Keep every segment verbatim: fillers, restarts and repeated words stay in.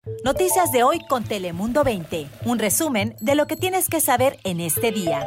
Noticias de hoy con Telemundo veinte. Un resumen de lo que tienes que saber en este día.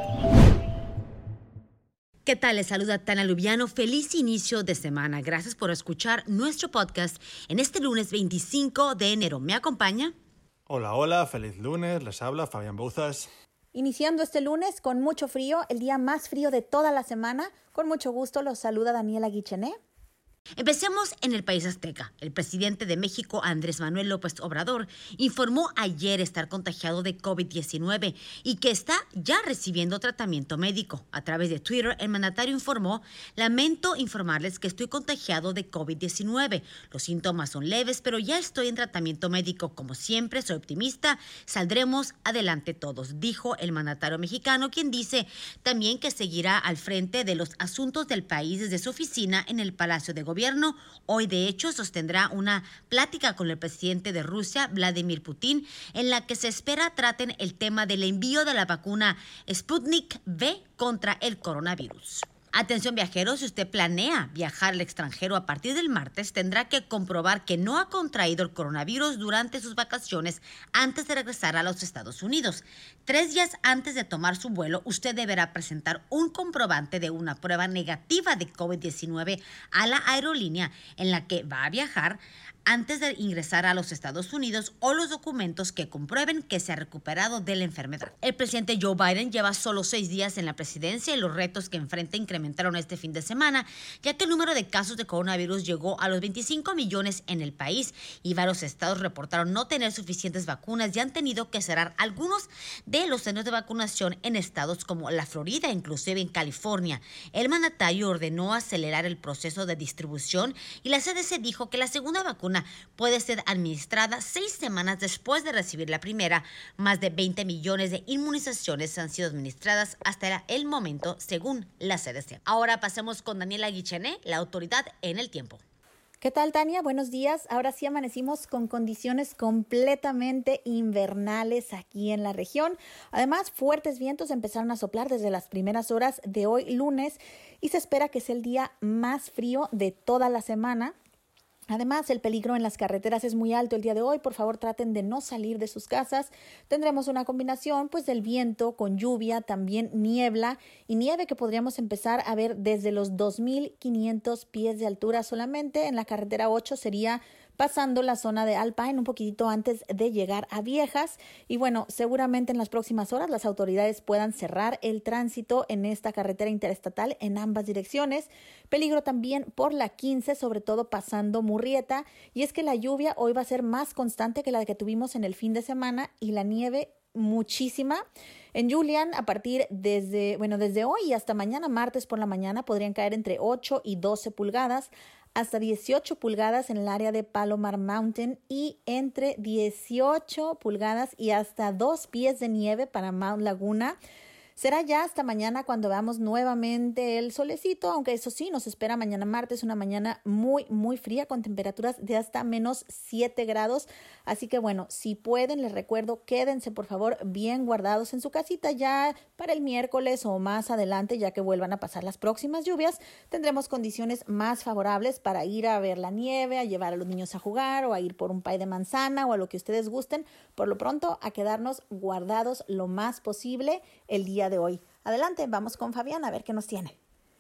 ¿Qué tal? Les saluda Tania Lubiano. Feliz inicio de semana. Gracias por escuchar nuestro podcast en este lunes veinticinco de enero. ¿Me acompaña? Hola, hola. Feliz lunes. Les habla Fabián Bouzas. Iniciando este lunes con mucho frío, el día más frío de toda la semana. Con mucho gusto los saluda Daniela Guichené. Empecemos en el país azteca. El presidente de México, Andrés Manuel López Obrador, informó ayer estar contagiado de COVID diecinueve y que está ya recibiendo tratamiento médico. A través de Twitter, el mandatario informó: lamento informarles que estoy contagiado de COVID diecinueve. Los síntomas son leves, pero ya estoy en tratamiento médico. Como siempre, soy optimista. Saldremos adelante todos, dijo el mandatario mexicano, quien dice también que seguirá al frente de los asuntos del país desde su oficina en el Palacio de Gobierno. Gobierno. Hoy, de hecho, sostendrá una plática con el presidente de Rusia, Vladimir Putin, en la que se espera traten el tema del envío de la vacuna Sputnik V contra el coronavirus. Atención viajeros, si usted planea viajar al extranjero a partir del martes, tendrá que comprobar que no ha contraído el coronavirus durante sus vacaciones antes de regresar a los Estados Unidos. Tres días antes de tomar su vuelo, usted deberá presentar un comprobante de una prueba negativa de COVID diecinueve a la aerolínea en la que va a viajar antes de ingresar a los Estados Unidos, o los documentos que comprueben que se ha recuperado de la enfermedad. El presidente Joe Biden lleva solo seis días en la presidencia y los retos que enfrenta incrementaron este fin de semana, ya que el número de casos de coronavirus llegó a los veinticinco millones en el país y varios estados reportaron no tener suficientes vacunas y han tenido que cerrar algunos de los centros de vacunación en estados como la Florida, inclusive en California. El mandatario ordenó acelerar el proceso de distribución y la C D C dijo que la segunda vacuna puede ser administrada seis semanas después de recibir la primera. Más de veinte millones de inmunizaciones han sido administradas hasta el momento, según la C D C. Ahora pasemos con Daniela Guichené, la autoridad en el tiempo. ¿Qué tal, Tania? Buenos días. Ahora sí amanecimos con condiciones completamente invernales aquí en la región. Además, fuertes vientos empezaron a soplar desde las primeras horas de hoy lunes y se espera que sea el día más frío de toda la semana. Además, el peligro en las carreteras es muy alto el día de hoy. Por favor, traten de no salir de sus casas. Tendremos una combinación pues del viento con lluvia, también niebla y nieve que podríamos empezar a ver desde los dos mil quinientos pies de altura solamente. En la carretera ocho sería pasando la zona de Alpine un poquitito antes de llegar a Viejas. Y bueno, seguramente en las próximas horas las autoridades puedan cerrar el tránsito en esta carretera interestatal en ambas direcciones. Peligro también por la quince, sobre todo pasando Murrieta. Y es que la lluvia hoy va a ser más constante que la que tuvimos en el fin de semana y la nieve muchísima. En Julian, a partir desde, bueno, desde hoy y hasta mañana martes por la mañana podrían caer entre ocho y doce pulgadas, hasta dieciocho pulgadas en el área de Palomar Mountain y entre dieciocho pulgadas y hasta dos pies de nieve para Mount Laguna. Será ya hasta mañana cuando veamos nuevamente el solecito, aunque eso sí, nos espera mañana martes una mañana muy, muy fría con temperaturas de hasta menos siete grados. Así que bueno, si pueden, les recuerdo, quédense por favor bien guardados en su casita ya para el miércoles o más adelante, ya que vuelvan a pasar las próximas lluvias. Tendremos condiciones más favorables para ir a ver la nieve, a llevar a los niños a jugar o a ir por un pay de manzana o a lo que ustedes gusten. Por lo pronto, a quedarnos guardados lo más posible el día de hoy. Adelante, vamos con Fabián a ver qué nos tiene.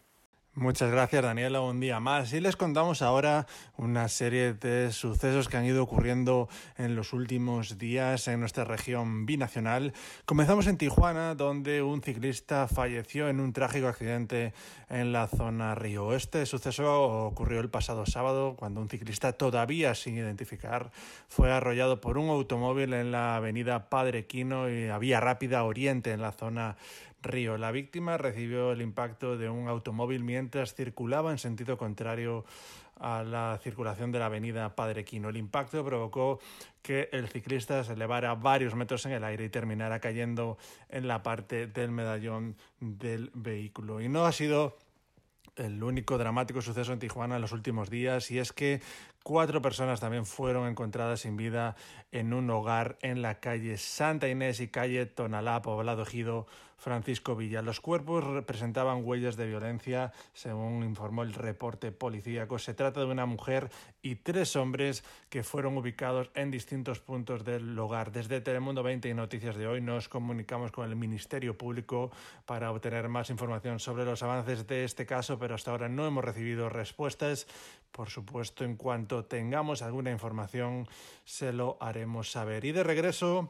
Muchas gracias, Daniela, un día más. Y les contamos ahora una serie de sucesos que han ido ocurriendo en los últimos días en nuestra región binacional. Comenzamos en Tijuana, donde un ciclista falleció en un trágico accidente en la zona Río Oeste. El suceso ocurrió el pasado sábado, cuando un ciclista todavía sin identificar fue arrollado por un automóvil en la avenida Padre Quino y a Vía Rápida Oriente en la zona Río. La víctima recibió el impacto de un automóvil mientras circulaba en sentido contrario a la circulación de la avenida Padre Quino. El impacto provocó que el ciclista se elevara varios metros en el aire y terminara cayendo en la parte del medallón del vehículo. Y no ha sido el único dramático suceso en Tijuana en los últimos días, y es que Cuatro personas también fueron encontradas sin vida en un hogar en la calle Santa Inés y calle Tonalá, poblado Ejido, Francisco Villa. Los cuerpos presentaban huellas de violencia, según informó el reporte policíaco. Se trata de una mujer y tres hombres que fueron ubicados en distintos puntos del hogar. Desde Telemundo veinte y Noticias de Hoy nos comunicamos con el Ministerio Público para obtener más información sobre los avances de este caso, pero hasta ahora no hemos recibido respuestas. Por supuesto, en cuanto tengamos alguna información, se lo haremos saber. Y de regreso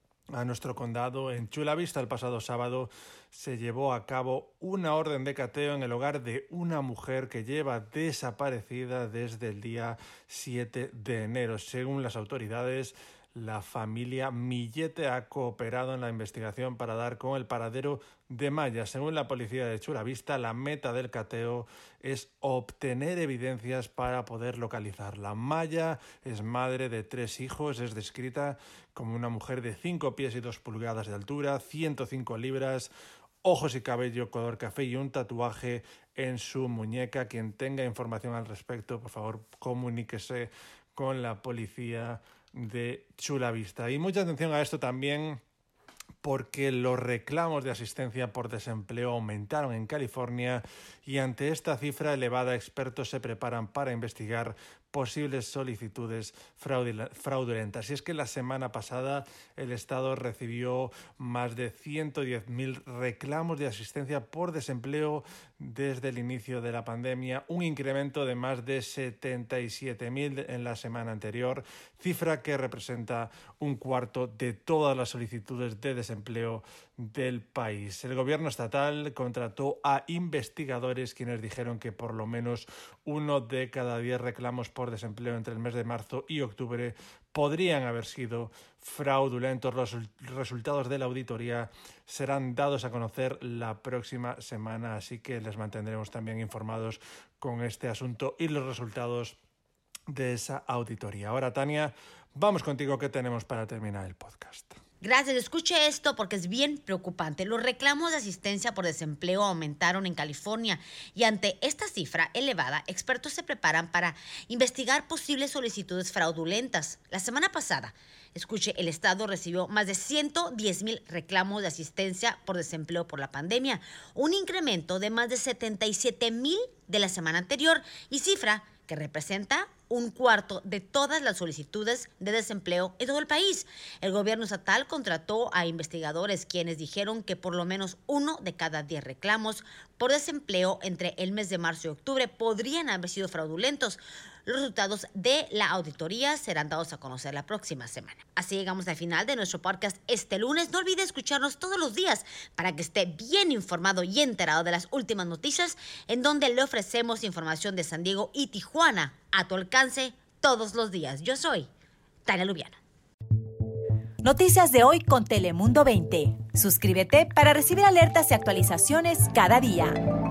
a nuestro condado, en Chula Vista, el pasado sábado se llevó a cabo una orden de cateo en el hogar de una mujer que lleva desaparecida desde el día siete de enero. Según las autoridades, la familia Millete ha cooperado en la investigación para dar con el paradero de Maya. Según la policía de Chula Vista, la meta del cateo es obtener evidencias para poder localizarla. Maya es madre de tres hijos, es descrita como una mujer de cinco pies y dos pulgadas de altura, ciento cinco libras, ojos y cabello color café y un tatuaje en su muñeca. Quien tenga información al respecto, por favor, comuníquese con la policía de Chula Vista. Y mucha atención a esto también, porque los reclamos de asistencia por desempleo aumentaron en California y ante esta cifra elevada, expertos se preparan para investigar posibles solicitudes fraudulentas. Y es que la semana pasada el Estado recibió más de ciento diez mil reclamos de asistencia por desempleo desde el inicio de la pandemia, un incremento de más de setenta y siete mil en la semana anterior, cifra que representa un cuarto de todas las solicitudes de desempleo del país. El gobierno estatal contrató a investigadores quienes dijeron que por lo menos uno de cada diez reclamos por desempleo entre el mes de marzo y octubre podrían haber sido fraudulentos. Los resultados de la auditoría serán dados a conocer la próxima semana, así que les mantendremos también informados con este asunto y los resultados de esa auditoría. Ahora, Tania, vamos contigo. ¿Qué tenemos para terminar el podcast? Gracias. Escuche esto porque es bien preocupante. Los reclamos de asistencia por desempleo aumentaron en California y ante esta cifra elevada, expertos se preparan para investigar posibles solicitudes fraudulentas. La semana pasada, escuche, el Estado recibió más de ciento diez mil reclamos de asistencia por desempleo por la pandemia, un incremento de más de setenta y siete mil de la semana anterior y cifra que representa un cuarto de todas las solicitudes de desempleo en todo el país. El gobierno estatal contrató a investigadores quienes dijeron que por lo menos uno de cada diez reclamos por desempleo entre el mes de marzo y octubre podrían haber sido fraudulentos. Los resultados de la auditoría serán dados a conocer la próxima semana. Así llegamos al final de nuestro podcast este lunes. No olvide escucharnos todos los días para que esté bien informado y enterado de las últimas noticias, en donde le ofrecemos información de San Diego y Tijuana a tu alcance todos los días. Yo soy Tania Lubiano. Noticias de hoy con Telemundo veinte. Suscríbete para recibir alertas y actualizaciones cada día.